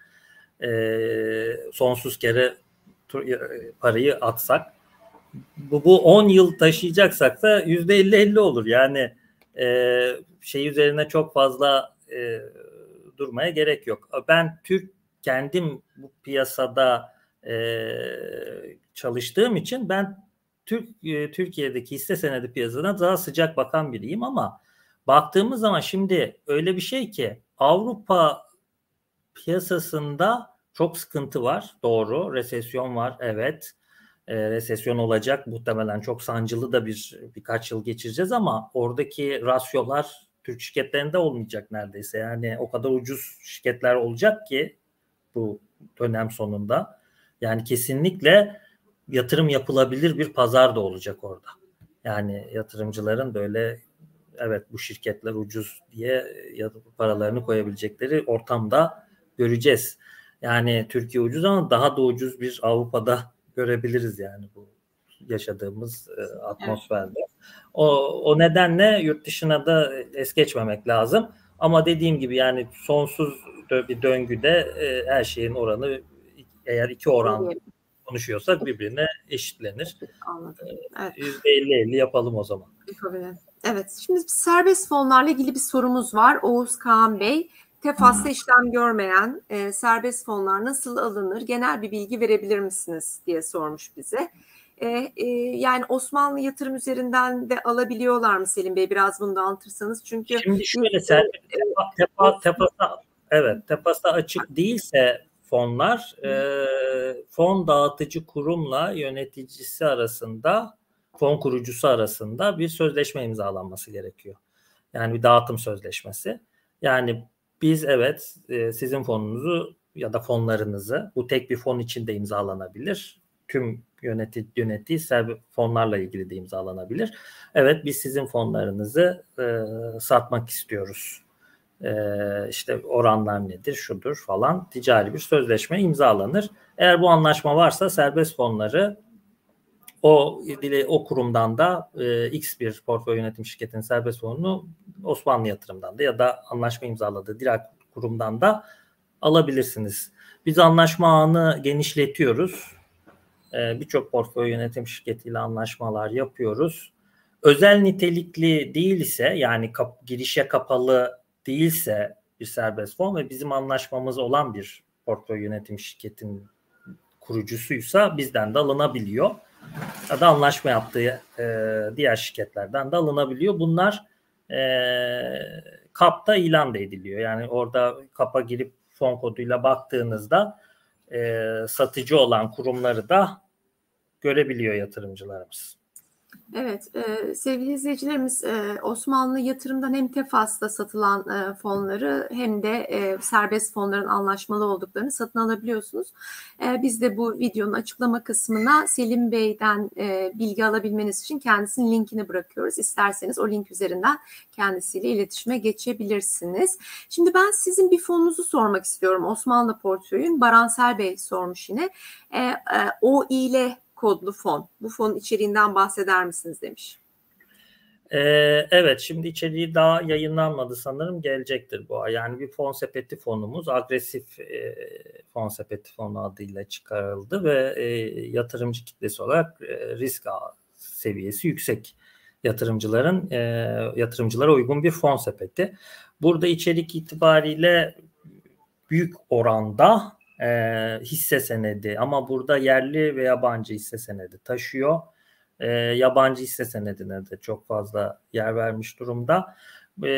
E, sonsuz kere tur, parayı atsak. Bu, bu on yıl taşıyacaksak da yüzde elli elli olur. Yani e, şey üzerine çok fazla e, durmaya gerek yok. Ben Türk kendim bu piyasada e, çalıştığım için ben Türk e, Türkiye'deki hisse senedi piyasasına daha sıcak bakan biriyim ama baktığımız zaman şimdi öyle bir şey ki Avrupa piyasasında çok sıkıntı var. Doğru. Resesyon var. Evet. E, resesyon olacak. Muhtemelen çok sancılı da bir birkaç yıl geçireceğiz ama oradaki rasyolar Türk şirketlerinde olmayacak neredeyse. Yani o kadar ucuz şirketler olacak ki bu dönem sonunda. Yani kesinlikle yatırım yapılabilir bir pazar da olacak orada. Yani yatırımcıların böyle evet bu şirketler ucuz diye paralarını koyabilecekleri ortamda göreceğiz. Yani Türkiye ucuz ama daha da ucuz bir Avrupa'da görebiliriz yani bu yaşadığımız e, atmosferde. Evet. O, o nedenle yurt dışına da es geçmemek lazım. Ama dediğim gibi yani sonsuz bir döngüde e, her şeyin oranı eğer iki oran evet. konuşuyorsak birbirine eşitlenir. Anladım. Evet. yüzde elli elli yapalım o zaman. Evet. Şimdi serbest fonlarla ilgili bir sorumuz var. Oğuz Kaan Bey. Tefas'ta işlem görmeyen e, serbest fonlar nasıl alınır? Genel bir bilgi verebilir misiniz diye sormuş bize. E, e, yani Osmanlı yatırım üzerinden de alabiliyorlar mı Selim Bey? Biraz bunu da anlatırsanız. Çünkü şimdi şöyle serbest tepa, tepa, tepasa, evet tepasa açık değilse fonlar e, fon dağıtıcı kurumla yöneticisi arasında fon kurucusu arasında bir sözleşme imzalanması gerekiyor. Yani bir dağıtım sözleşmesi. Yani biz evet e, sizin fonunuzu ya da fonlarınızı bu tek bir fon için de imzalanabilir. Tüm yöneti, yönetici fonlarla ilgili de imzalanabilir. Evet biz sizin fonlarınızı e, satmak istiyoruz. E, işte oranlar nedir, şudur falan ticari bir sözleşme imzalanır. Eğer bu anlaşma varsa serbest fonları o o kurumdan da e, X bir portföy yönetim şirketinin serbest fonunu Osmanlı Yatırım'dan da ya da anlaşma imzaladığı diğer kurumdan da alabilirsiniz. Biz anlaşma ağını genişletiyoruz. E, birçok portföy yönetim şirketiyle anlaşmalar yapıyoruz. Özel nitelikli değilse yani kap, girişe kapalı değilse bir serbest fon ve bizim anlaşmamız olan bir portföy yönetim şirketinin kurucusuysa bizden de alınabiliyor. Ya da anlaşma yaptığı e, diğer şirketlerden de alınabiliyor. Bunlar e, kapta ilan da ediliyor. Yani orada kapa girip fon koduyla baktığınızda e, satıcı olan kurumları da görebiliyor yatırımcılarımız. Evet, e, sevgili izleyicilerimiz e, Osmanlı Yatırım'dan hem Tefas'ta satılan e, fonları hem de e, serbest fonların anlaşmalı olduklarını satın alabiliyorsunuz. E, biz de bu videonun açıklama kısmına Selim Bey'den e, bilgi alabilmeniz için kendisinin linkini bırakıyoruz. İsterseniz o link üzerinden kendisiyle iletişime geçebilirsiniz. Şimdi ben sizin bir fonunuzu sormak istiyorum. Osmanlı Portföy'ün Baransel Bey sormuş yine. E, e, o ile kodlu fon. Bu fonun içeriğinden bahseder misiniz demiş. Ee, evet şimdi içeriği daha yayınlanmadı sanırım gelecektir bu ay. Yani bir fon sepeti fonumuz agresif e, fon sepeti fonu adıyla çıkarıldı ve e, yatırımcı kitlesi olarak e, risk seviyesi yüksek yatırımcıların e, yatırımcılara uygun bir fon sepeti. Burada içerik itibariyle büyük oranda e, hisse senedi ama burada yerli ve yabancı hisse senedi taşıyor. E, yabancı hisse senedine de çok fazla yer vermiş durumda. E,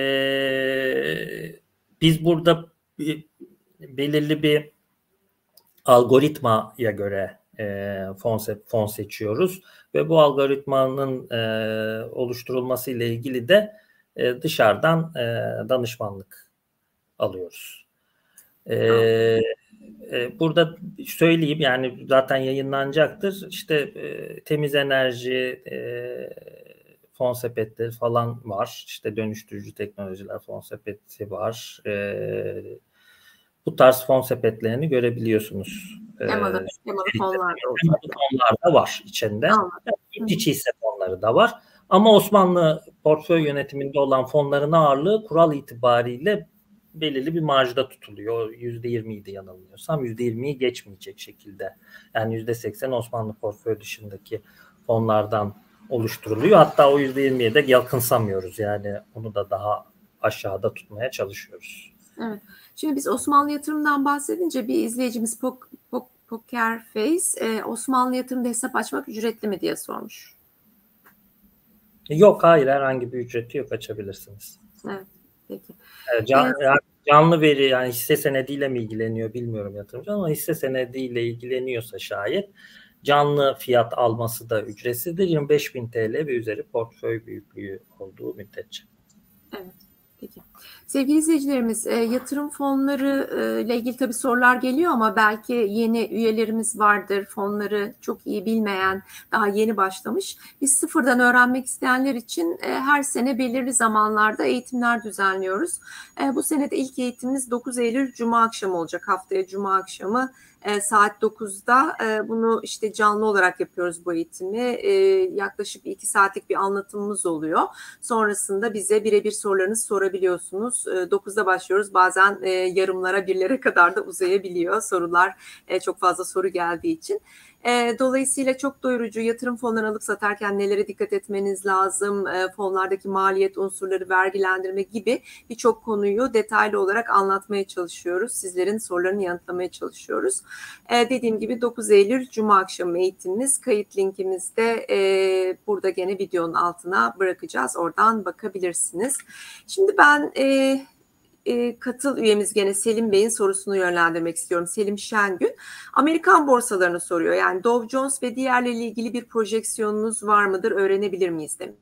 biz burada bir, belirli bir algoritmaya göre e, fon, fon seçiyoruz ve bu algoritmanın e, oluşturulması ile ilgili de e, dışarıdan e, danışmanlık alıyoruz. E, e, burada söyleyeyim, yani zaten yayınlanacaktır. İşte e, temiz enerji e, fon sepetleri falan var. İşte dönüştürücü teknolojiler fon sepeti var. E, bu tarz fon sepetlerini görebiliyorsunuz. Temalı, Ee, temalı fonlar da temalı olacak. fonlar da var içinde. Anladım. İç hisse fonları da var. Ama Osmanlı portföy yönetiminde olan fonların ağırlığı kural itibariyle belirli bir marjda tutuluyor. yüzde yirmiydi yanılmıyorsam. yüzde yirmiyi geçmeyecek şekilde. Yani yüzde seksen Osmanlı portföy dışındaki fonlardan oluşturuluyor. Hatta o yüzde yirmiye de yakınsamıyoruz. Yani onu da daha aşağıda tutmaya çalışıyoruz. Evet. Şimdi biz Osmanlı yatırımdan bahsedince bir izleyicimiz Pok, Pok, Poker Face e, Osmanlı yatırımda hesap açmak ücretli mi diye sormuş. Yok, hayır, herhangi bir ücreti yok, açabilirsiniz. Evet, peki. Can, evet. yani canlı veri, yani hisse senediyle mi ilgileniyor bilmiyorum yatırımcı, ama hisse senediyle ilgileniyorsa şayet canlı fiyat alması da ücretsizdir. yirmi beş bin T L ve üzeri portföy büyüklüğü olduğu müddetçe. Evet. Peki. Sevgili izleyicilerimiz, e, yatırım fonları e, ile ilgili tabii sorular geliyor ama belki yeni üyelerimiz vardır. Fonları çok iyi bilmeyen, daha yeni başlamış. Biz sıfırdan öğrenmek isteyenler için e, her sene belirli zamanlarda eğitimler düzenliyoruz. E, bu sene de ilk eğitimimiz dokuz Eylül Cuma akşamı olacak. Haftaya Cuma akşamı e, saat dokuzda e, bunu işte canlı olarak yapıyoruz bu eğitimi. E, yaklaşık iki saatlik bir anlatımımız oluyor. Sonrasında bize birebir sorularınızı sorabiliyorsunuz. E, dokuzda başlıyoruz. Bazen e, yarımlara, birlere kadar da uzayabiliyor sorular. E, çok fazla soru geldiği için. E, dolayısıyla çok doyurucu. Yatırım fonlarını alıp satarken nelere dikkat etmeniz lazım? E, fonlardaki maliyet unsurları, vergilendirme gibi birçok konuyu detaylı olarak anlatmaya çalışıyoruz. Sizlerin sorularını yanıtlamaya çalışıyoruz. E, dediğim gibi dokuz Eylül Cuma akşamı eğitimimiz. Kayıt linkimizi de e, burada gene videonun altına bırakacağız. Oradan bakabilirsiniz. Şimdi ben e, e, katıl üyemiz gene Selim Bey'in sorusunu yönlendirmek istiyorum. Selim Şengün. Amerikan borsalarını soruyor. Yani Dow Jones ve diğerleriyle ilgili bir projeksiyonunuz var mıdır? Öğrenebilir miyiz demiş.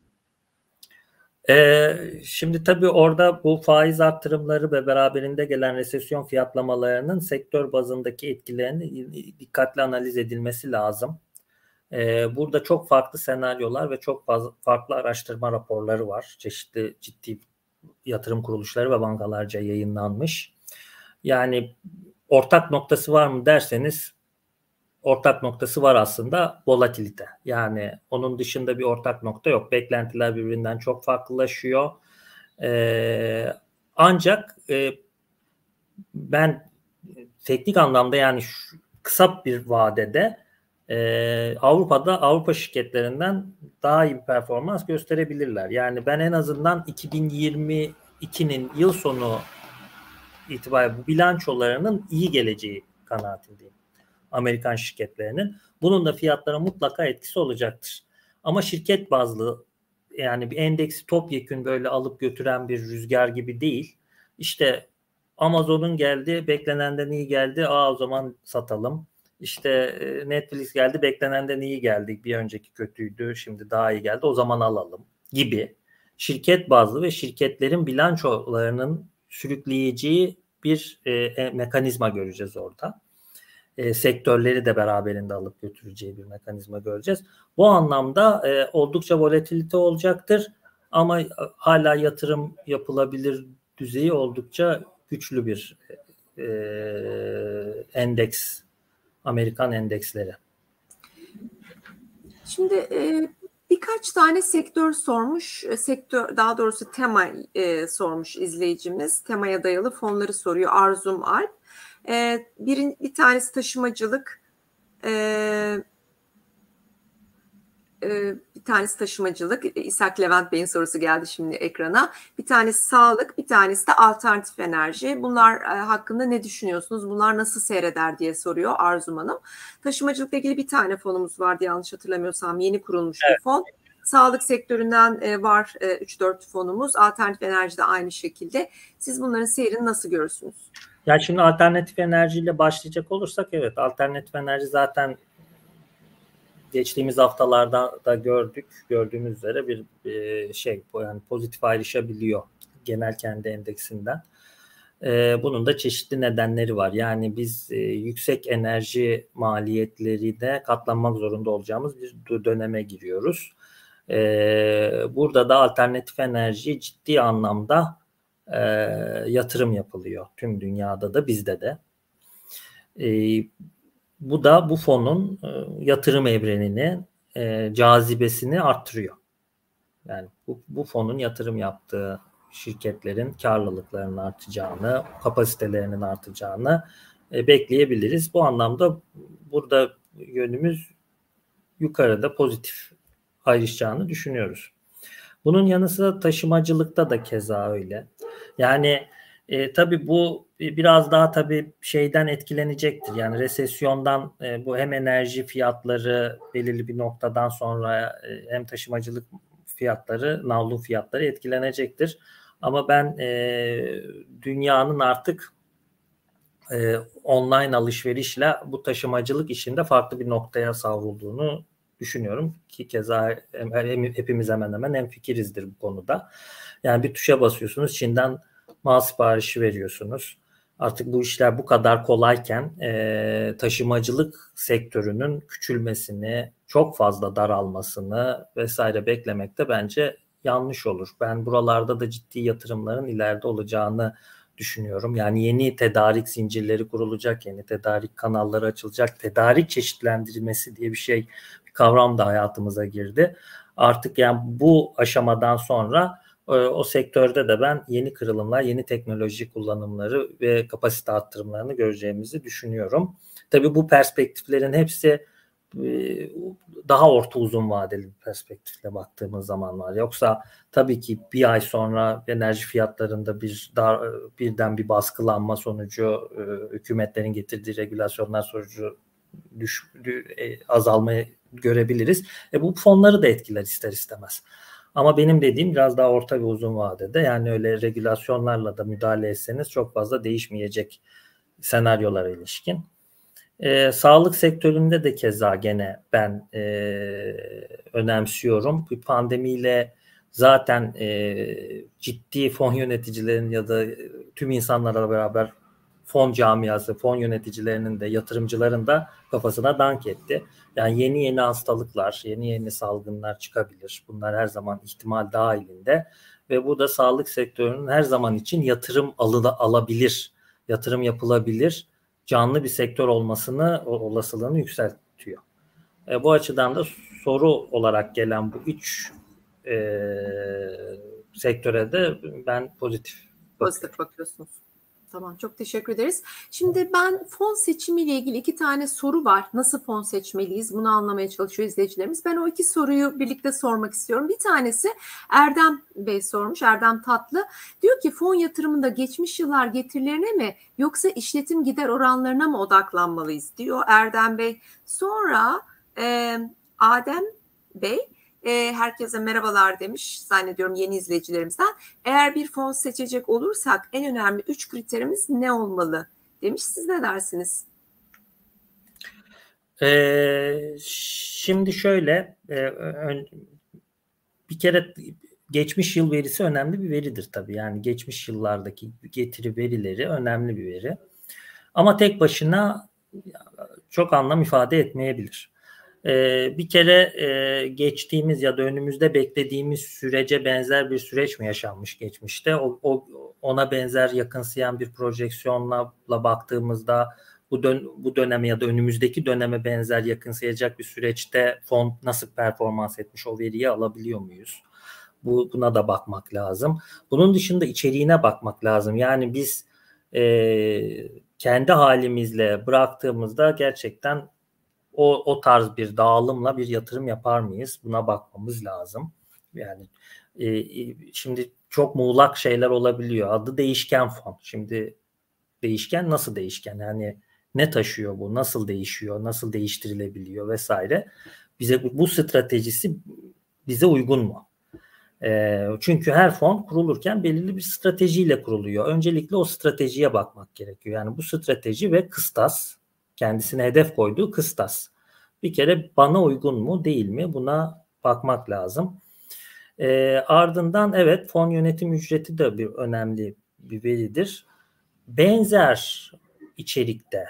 Ee, şimdi tabii orada bu faiz arttırımları ve beraberinde gelen resesyon fiyatlamalarının sektör bazındaki etkilerini dikkatli analiz edilmesi lazım. Ee, burada çok farklı senaryolar ve çok fazla farklı araştırma raporları var. Çeşitli ciddi yatırım kuruluşları ve bankalarca yayınlanmış. Yani ortak noktası var mı derseniz, ortak noktası var aslında, volatilite. Yani onun dışında bir ortak nokta yok. Beklentiler birbirinden çok farklılaşıyor. Ee, ancak e, ben teknik anlamda, yani şu, kısa bir vadede e, Avrupa'da Avrupa şirketlerinden daha iyi bir performans gösterebilirler. Yani ben en azından iki bin yirmi ikinin yıl sonu itibariyle bu bilançolarının iyi geleceği kanaatindeyim. Amerikan şirketlerinin. Bunun da fiyatlara mutlaka etkisi olacaktır. Ama şirket bazlı, yani bir endeksi topyekün böyle alıp götüren bir rüzgar gibi değil. İşte Amazon'un geldi, beklenenden iyi geldi. Aa, o zaman satalım. İşte Netflix geldi, beklenenden iyi geldi. Bir önceki kötüydü, şimdi daha iyi geldi. O zaman alalım gibi. Şirket bazlı ve şirketlerin bilançolarının sürükleyeceği bir e, mekanizma göreceğiz orada. E, sektörleri de beraberinde alıp götüreceği bir mekanizma göreceğiz. Bu anlamda e, oldukça volatilite olacaktır ama hala yatırım yapılabilir düzeyi oldukça güçlü bir e, endeks, Amerikan endeksleri. Şimdi e, birkaç tane sektör sormuş, sektör daha doğrusu tema e, sormuş izleyicimiz. Temaya dayalı fonları soruyor Arzum Alp. E, bir, bir tanesi taşımacılık, e, e, bir tanesi taşımacılık. İshak Levent Bey'in sorusu geldi şimdi ekrana. Bir tanesi sağlık, bir tanesi de alternatif enerji. Bunlar e, hakkında ne düşünüyorsunuz? Bunlar nasıl seyreder diye soruyor Arzum Hanım. Taşımacılıkla ilgili bir tane fonumuz vardı yanlış hatırlamıyorsam. Yeni kurulmuş Evet. bir fon. Sağlık sektöründen e, var e, üç dört fonumuz. Alternatif enerji de aynı şekilde. Siz bunların seyrini nasıl görürsünüz? Ya şimdi alternatif enerjiyle başlayacak olursak, evet, alternatif enerji zaten geçtiğimiz haftalarda da gördük, gördüğümüz üzere bir e, şey, yani pozitif ayrışabiliyor genel kendi endeksinden. E, bunun da çeşitli nedenleri var. Yani biz e, yüksek enerji maliyetleri de katlanmak zorunda olacağımız bir döneme giriyoruz. E, burada da alternatif enerji ciddi anlamda e, yatırım yapılıyor. Tüm dünyada da, bizde de. E, Bu da bu fonun e, yatırım evrenini, e, cazibesini arttırıyor. Yani bu, bu fonun yatırım yaptığı şirketlerin karlılıklarının artacağını, kapasitelerinin artacağını e, bekleyebiliriz. Bu anlamda burada yönümüz yukarıda, pozitif ayrışacağını düşünüyoruz. Bunun yanı sıra taşımacılıkta da keza öyle. Yani e, tabii bu biraz daha tabii şeyden etkilenecektir. Yani resesyondan, e, bu hem enerji fiyatları belirli bir noktadan sonra e, hem taşımacılık fiyatları, navlun fiyatları etkilenecektir. Ama ben e, dünyanın artık e, online alışverişle bu taşımacılık işinde farklı bir noktaya savrulduğunu düşünüyorum ki keza hepimiz hemen hemen hemfikirizdir bu konuda. Yani bir tuşa basıyorsunuz, Çin'den mal siparişi veriyorsunuz. Artık bu işler bu kadar kolayken e, taşımacılık sektörünün küçülmesini, çok fazla daralmasını vesaire beklemek de bence yanlış olur. Ben buralarda da ciddi yatırımların ileride olacağını düşünüyorum. Yani yeni tedarik zincirleri kurulacak, yeni tedarik kanalları açılacak, tedarik çeşitlendirilmesi diye bir şey, bir kavram da hayatımıza girdi. Artık yani bu aşamadan sonra o, o sektörde de ben yeni kırılımlar, yeni teknoloji kullanımları ve kapasite arttırımlarını göreceğimizi düşünüyorum. Tabii bu perspektiflerin hepsi daha orta uzun vadeli bir perspektifle baktığımız zaman var. Yoksa tabii ki bir ay sonra enerji fiyatlarında bir dar, birden bir baskılanma sonucu, hükümetlerin getirdiği regülasyonlar sonucu düş, azalmayı görebiliriz. E bu fonları da etkiler ister istemez. Ama benim dediğim biraz daha orta ve uzun vadede, yani öyle regülasyonlarla da müdahale etseniz çok fazla değişmeyecek senaryolara ilişkin. Ee, sağlık sektöründe de keza gene ben e, önemsiyorum. Bir pandemiyle zaten e, ciddi fon yöneticilerin ya da tüm insanlarla beraber fon camiası, fon yöneticilerinin de yatırımcıların da kafasına dank etti. Yani yeni yeni hastalıklar, yeni yeni salgınlar çıkabilir. Bunlar her zaman ihtimal dahilinde ve bu da sağlık sektörünün her zaman için yatırım alı, alabilir, yatırım yapılabilir, canlı bir sektör olmasını, olasılığını yükseltiyor. E, bu açıdan da soru olarak gelen bu üç e, sektöre de ben pozitif Pozitif bakıyorsunuz. Tamam, çok teşekkür ederiz. Şimdi ben fon seçimiyle ilgili iki tane soru var. Nasıl fon seçmeliyiz? Bunu anlamaya çalışıyor izleyicilerimiz. Ben o iki soruyu birlikte sormak istiyorum. Bir tanesi Erdem Bey sormuş, Erdem Tatlı. Diyor ki fon yatırımında geçmiş yıllar getirilerine mi yoksa işletim gider oranlarına mı odaklanmalıyız diyor Erdem Bey. Sonra e, Adem Bey, E, herkese merhabalar demiş, zannediyorum yeni izleyicilerimizden. Eğer bir fon seçecek olursak en önemli üç kriterimiz ne olmalı demiş. Siz ne dersiniz? Ee, şimdi şöyle, e, ön, bir kere geçmiş yıl verisi önemli bir veridir tabii. Yani geçmiş yıllardaki getiri verileri önemli bir veri. Ama tek başına çok anlam ifade etmeyebilir. Bir kere geçtiğimiz ya da önümüzde beklediğimiz sürece benzer bir süreç mi yaşanmış geçmişte? O, o ona benzer yakınsayan bir projeksiyonla baktığımızda bu dön, bu döneme ya da önümüzdeki döneme benzer yakınsayacak bir süreçte fon nasıl performans etmiş, o veriyi alabiliyor muyuz? Bu, buna da bakmak lazım. Bunun dışında içeriğine bakmak lazım. Yani biz e, kendi halimizle bıraktığımızda gerçekten o, o tarz bir dağılımla bir yatırım yapar mıyız? Buna bakmamız lazım. Yani e, şimdi çok muğlak şeyler olabiliyor. Adı değişken fon. Şimdi değişken nasıl değişken? Yani ne taşıyor bu? Nasıl değişiyor? Nasıl değiştirilebiliyor vesaire. Bize bu stratejisi bize uygun mu? E, çünkü her fon kurulurken belirli bir stratejiyle kuruluyor. Öncelikle o stratejiye bakmak gerekiyor. Yani bu strateji ve kıstas, kendisine hedef koyduğu kıstas. Bir kere bana uygun mu değil mi? Buna bakmak lazım. E, ardından evet fon yönetim ücreti de bir önemli bir veridir. Benzer içerikte,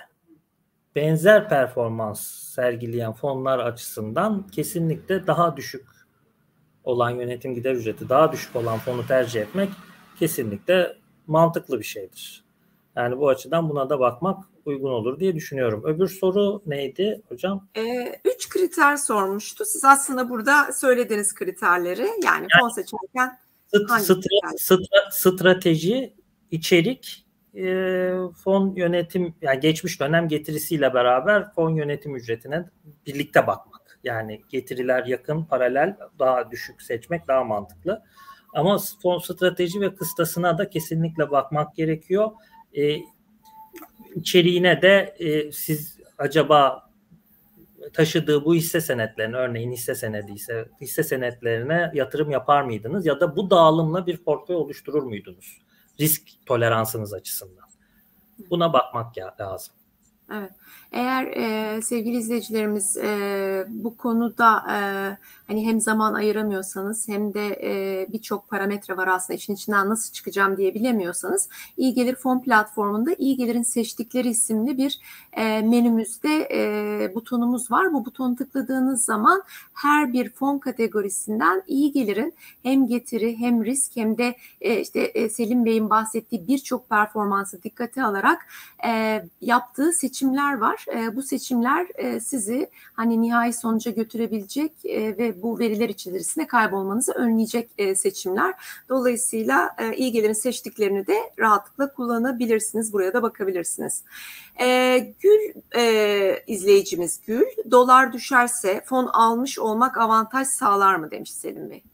benzer performans sergileyen fonlar açısından kesinlikle daha düşük olan yönetim gider ücreti, daha düşük olan fonu tercih etmek kesinlikle mantıklı bir şeydir. Yani bu açıdan buna da bakmak uygun olur diye düşünüyorum. Öbür soru neydi hocam? Ee, üç kriter sormuştu. Siz aslında burada söylediğiniz kriterleri yani, yani fon seçerken hangi stra- stra- strateji, içerik, e, fon yönetim, yani geçmiş dönem getirisiyle beraber fon yönetim ücretine birlikte bakmak. Yani getiriler yakın, paralel, daha düşük seçmek daha mantıklı. Ama fon strateji ve kıstasına da kesinlikle bakmak gerekiyor. E, içeriğine de e, siz acaba taşıdığı bu hisse senetlerine, örneğin hisse senedi ise hisse senetlerine yatırım yapar mıydınız ya da bu dağılımla bir portföy oluşturur muydunuz? Risk toleransınız açısından. Buna bakmak lazım. Evet. Eğer e, sevgili izleyicilerimiz e, bu konuda e, hani hem zaman ayıramıyorsanız hem de e, birçok parametre var aslında işin içinden nasıl çıkacağım diye bilemiyorsanız İyi Gelir Fon platformunda İyi Gelir'in seçtikleri isimli bir e, menümüzde e, butonumuz var. Bu butonu tıkladığınız zaman her bir fon kategorisinden İyi Gelir'in hem getiri hem risk hem de e, işte e, Selim Bey'in bahsettiği birçok performansı dikkate alarak e, yaptığı seçimler var. E, bu seçimler e, sizi hani nihai sonuca götürebilecek e, ve bu veriler içerisinde kaybolmanızı önleyecek e, seçimler. Dolayısıyla e, İyi Gelir'in seçtiklerini de rahatlıkla kullanabilirsiniz. Buraya da bakabilirsiniz. E, Gül e, izleyicimiz Gül, dolar düşerse fon almış olmak avantaj sağlar mı demiş Selim Bey.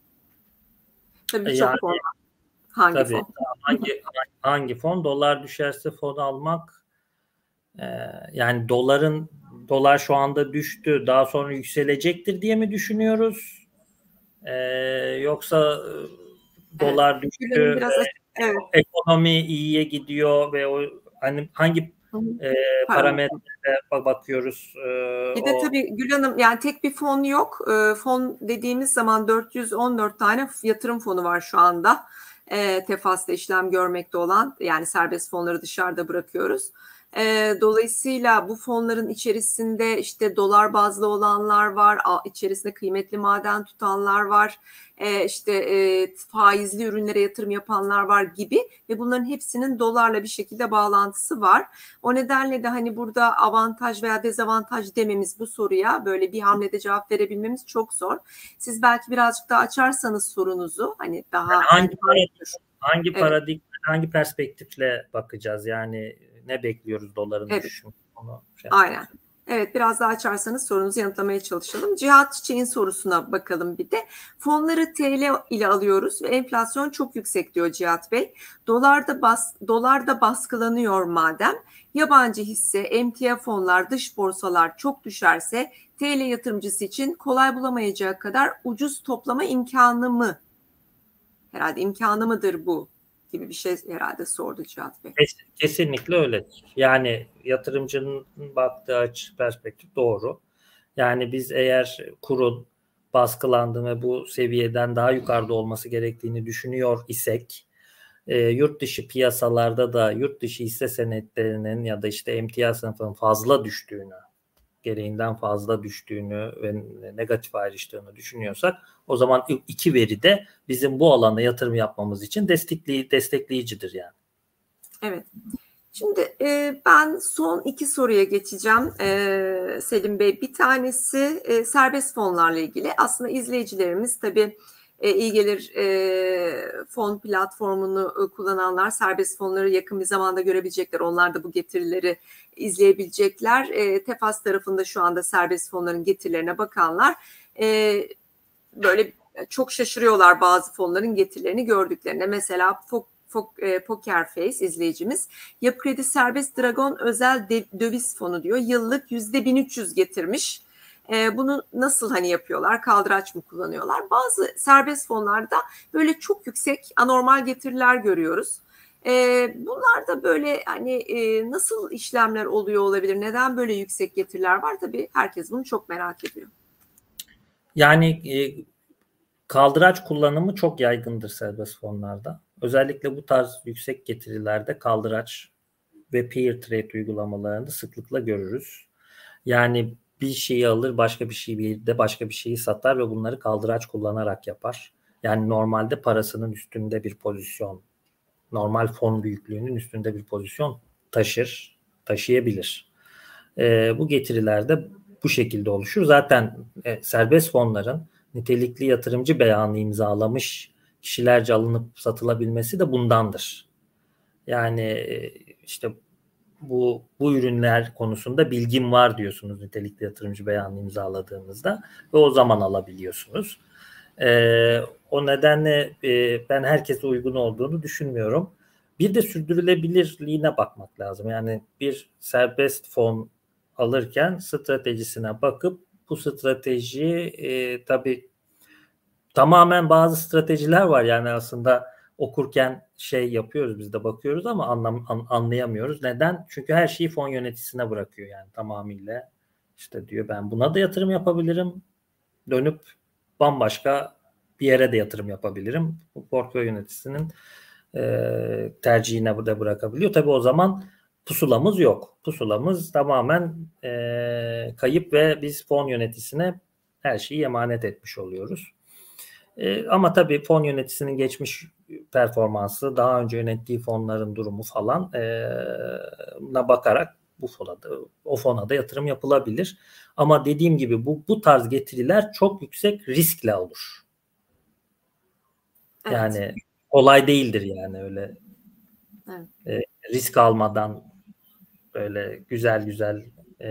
Tabii birçok yani, fon var. Hangi tabii, fon? Hangi, hangi fon? Dolar düşerse fon almak, e, yani doların dolar şu anda düştü, daha sonra yükselecektir diye mi düşünüyoruz? E, yoksa dolar Evet. düştü Biraz ve açık, evet. ekonomi iyiye gidiyor ve o hani hangi e, parametrelere bakıyoruz? E, Bir de o tabii Gül Hanım yani tek bir fon yok. E, fon dediğimiz zaman dört yüz on dört tane yatırım fonu var şu anda. E, Tefas'ta işlem görmekte olan, yani serbest fonları dışarıda bırakıyoruz. E, dolayısıyla bu fonların içerisinde işte dolar bazlı olanlar var, içerisinde kıymetli maden tutanlar var, e, işte e, faizli ürünlere yatırım yapanlar var gibi ve bunların hepsinin dolarla bir şekilde bağlantısı var. O nedenle de hani burada avantaj veya dezavantaj dememiz bu soruya böyle bir hamlede cevap verebilmemiz çok zor. Siz belki birazcık daha açarsanız sorunuzu hani daha yani hangi hani, paradigma, hangi evet. paradigma, hangi perspektifle bakacağız? Yani ne bekliyoruz doların Evet. düşüşünü? Onu şey Aynen. Evet, biraz daha açarsanız sorunuzu yanıtlamaya çalışalım. Cihat Çiçek'in sorusuna bakalım bir de. Fonları T L ile alıyoruz ve enflasyon çok yüksek diyor Cihat Bey. Dolarda bas, dolarda baskılanıyor madem. Yabancı hisse, emtia fonlar, dış borsalar çok düşerse T L yatırımcısı için kolay bulamayacağı kadar ucuz toplama imkanı mı? Herhalde imkanı mıdır bu? Gibi bir şey herhalde sordu Cihat Bey. Kesinlikle öyle. Yani yatırımcının baktığı açı perspektif doğru. Yani biz eğer kurun baskılandığı ve bu seviyeden daha yukarıda olması gerektiğini düşünüyor isek, e, yurt dışı piyasalarda da yurt dışı hisse senetlerinin ya da işte emtia sınıfının fazla düştüğünü, gereğinden fazla düştüğünü ve negatif ayrıştığını düşünüyorsak, o zaman iki veri de bizim bu alanda yatırım yapmamız için destekleyici, destekleyicidir yani. Evet. Şimdi e, ben son iki soruya geçeceğim e, Selim Bey. Bir tanesi e, serbest fonlarla ilgili. Aslında izleyicilerimiz tabii E, iyi gelir e, fon platformunu e, kullananlar serbest fonları yakın bir zamanda görebilecekler. Onlar da bu getirileri izleyebilecekler. E, Tefas tarafında şu anda serbest fonların getirilerine bakanlar e, böyle çok şaşırıyorlar bazı fonların getirilerini gördüklerinde. Mesela Fok, Fok, e, Poker Face izleyicimiz Yapı Kredi Serbest Dragon Özel de, Döviz Fonu diyor. Yıllık yüzde bin üç yüz getirmiş. E, bunu nasıl hani yapıyorlar? Kaldıraç mı kullanıyorlar? Bazı serbest fonlarda böyle çok yüksek anormal getiriler görüyoruz. E, bunlar da böyle hani e, nasıl işlemler oluyor olabilir? Neden böyle yüksek getiriler var? Tabii herkes bunu çok merak ediyor. Yani e, kaldıraç kullanımı çok yaygındır serbest fonlarda. Özellikle bu tarz yüksek getirilerde kaldıraç ve peer trade uygulamalarında sıklıkla görürüz. Yani bir şeyi alır, başka bir şeyi de başka bir şeyi satar ve bunları kaldıraç kullanarak yapar. Yani normalde parasının üstünde bir pozisyon, normal fon büyüklüğünün üstünde bir pozisyon taşır, taşıyabilir. E, bu getirilerde bu şekilde oluşur. Zaten e, serbest fonların nitelikli yatırımcı beyanı imzalamış kişilerce alınıp satılabilmesi de bundandır. Yani e, işte bu bu ürünler konusunda bilgim var diyorsunuz nitelikli yatırımcı beyanı imzaladığınızda ve o zaman alabiliyorsunuz. E, o nedenle e, ben herkese uygun olduğunu düşünmüyorum. Bir de sürdürülebilirliğine bakmak lazım. Yani bir serbest fon alırken stratejisine bakıp bu strateji e, tabii tamamen bazı stratejiler var. Yani aslında okurken şey yapıyoruz biz de bakıyoruz ama anlam, an, anlayamıyoruz. Neden? Çünkü her şeyi fon yöneticisine bırakıyor yani tamamıyla. İşte diyor ben buna da yatırım yapabilirim. Dönüp bambaşka bir yere de yatırım yapabilirim. Bu portföy yöneticisinin e, tercihine de bırakabiliyor. Tabii o zaman pusulamız yok. Pusulamız tamamen e, kayıp ve biz fon yöneticisine her şeyi emanet etmiş oluyoruz. E, ama tabii fon yöneticisinin geçmiş performansı, daha önce yönettiği fonların durumu falan e, na bakarak bu fona da, o fona da yatırım yapılabilir. Ama dediğim gibi bu bu tarz getiriler çok yüksek riskle olur. Evet. Yani kolay değildir yani öyle evet. e, risk almadan böyle güzel güzel e,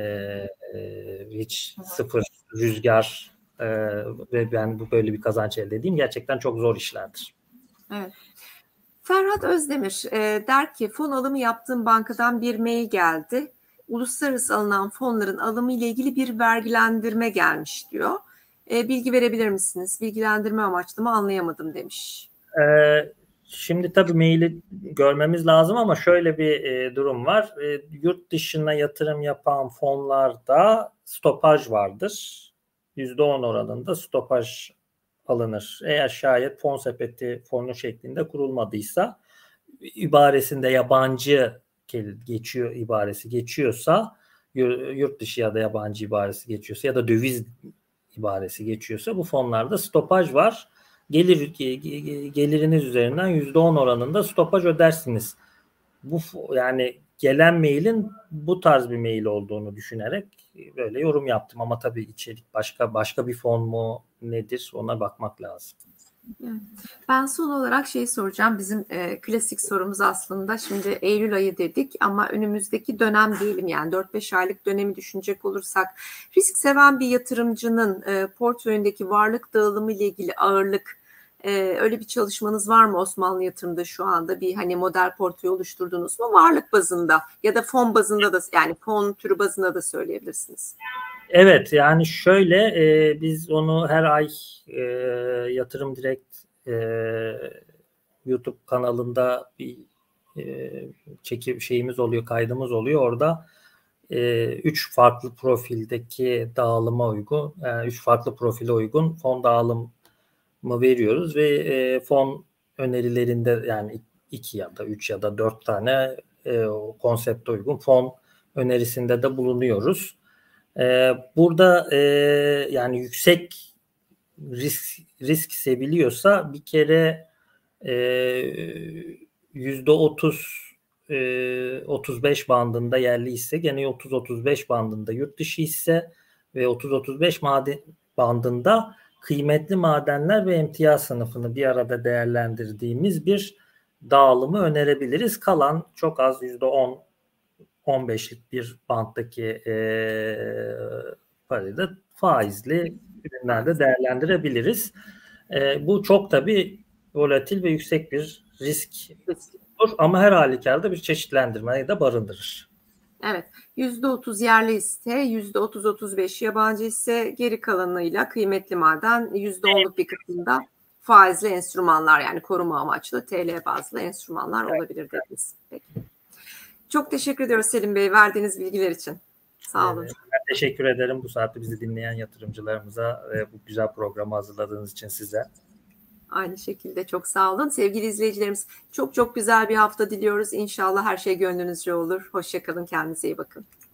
e, hiç sıfır rüzgar e, ve ben bu böyle bir kazanç elde edeyim gerçekten çok zor işlerdir. Evet. Ferhat Özdemir e, der ki fon alımı yaptığım bankadan bir mail geldi. Uluslararası alınan fonların alımı ile ilgili bir vergilendirme gelmiş diyor. E, bilgi verebilir misiniz? Bilgilendirme amaçlı mı anlayamadım demiş. Ee, şimdi tabii maili görmemiz lazım ama şöyle bir e, durum var. E, yurt dışına yatırım yapan fonlarda stopaj vardır. yüzde on oranında stopaj alınır. Eğer şayet fon sepeti fonu şeklinde kurulmadıysa, ibaresinde yabancı geçiyor ibaresi geçiyorsa, yurt dışı ya da yabancı ibaresi geçiyorsa ya da döviz ibaresi geçiyorsa bu fonlarda stopaj var. Gelir geliriniz üzerinden yüzde on oranında stopaj ödersiniz. Bu yani gelen mailin bu tarz bir mail olduğunu düşünerek böyle yorum yaptım ama tabii içerik başka başka bir fon mu nedir ona bakmak lazım. Ben son olarak şey soracağım. Bizim e, klasik sorumuz aslında şimdi Eylül ayı dedik ama önümüzdeki dönem diyelim yani dört beş aylık dönemi düşünecek olursak risk seven bir yatırımcının e, portföyündeki varlık dağılımı ile ilgili ağırlık e, öyle bir çalışmanız var mı Osmanlı Yatırım'da şu anda bir hani model portföy oluşturdunuz mu? Varlık bazında ya da fon bazında da yani fon türü bazında da söyleyebilirsiniz. Evet yani şöyle e, biz onu her ay e, Yatırım Direkt e, YouTube kanalında bir e, çekim şeyimiz oluyor, kaydımız oluyor. Orada e, üç farklı profildeki dağılıma uygun, yani üç farklı profile uygun fon dağılımı veriyoruz ve e, fon önerilerinde yani iki ya da üç ya da dört tane e, konsepte uygun fon önerisinde de bulunuyoruz. Ee, burada e, yani yüksek risk risk sebiliyorsa bir kere e, yüzde otuz otuz beş bandında yerli hisse, gene otuz otuz beş bandında yurt dışı hisse ve otuz otuz beş bandında kıymetli madenler ve emtia sınıfını bir arada değerlendirdiğimiz bir dağılımı önerebiliriz. Kalan çok az yüzde on on beşlik bir banttaki e, parayı da faizli ürünlerde değerlendirebiliriz. E, bu çok tabii volatil ve yüksek bir risk olur ama her halükarda bir çeşitlendirmeyi de barındırır. Evet, yüzde otuz yerli hisse, yüzde otuz otuz beş yabancı hisse, geri kalanıyla kıymetli maden, yüzde onluk bir kısmında faizli enstrümanlar, yani koruma amaçlı T L bazlı enstrümanlar olabilir dediniz. Peki. Çok teşekkür ediyoruz Selim Bey verdiğiniz bilgiler için. Sağ olun. Ben teşekkür ederim bu saatte bizi dinleyen yatırımcılarımıza ve bu güzel programı hazırladığınız için size. Aynı şekilde çok sağ olun. Sevgili izleyicilerimiz, çok çok güzel bir hafta diliyoruz. İnşallah her şey gönlünüzce olur. Hoşça kalın, kendinize iyi bakın.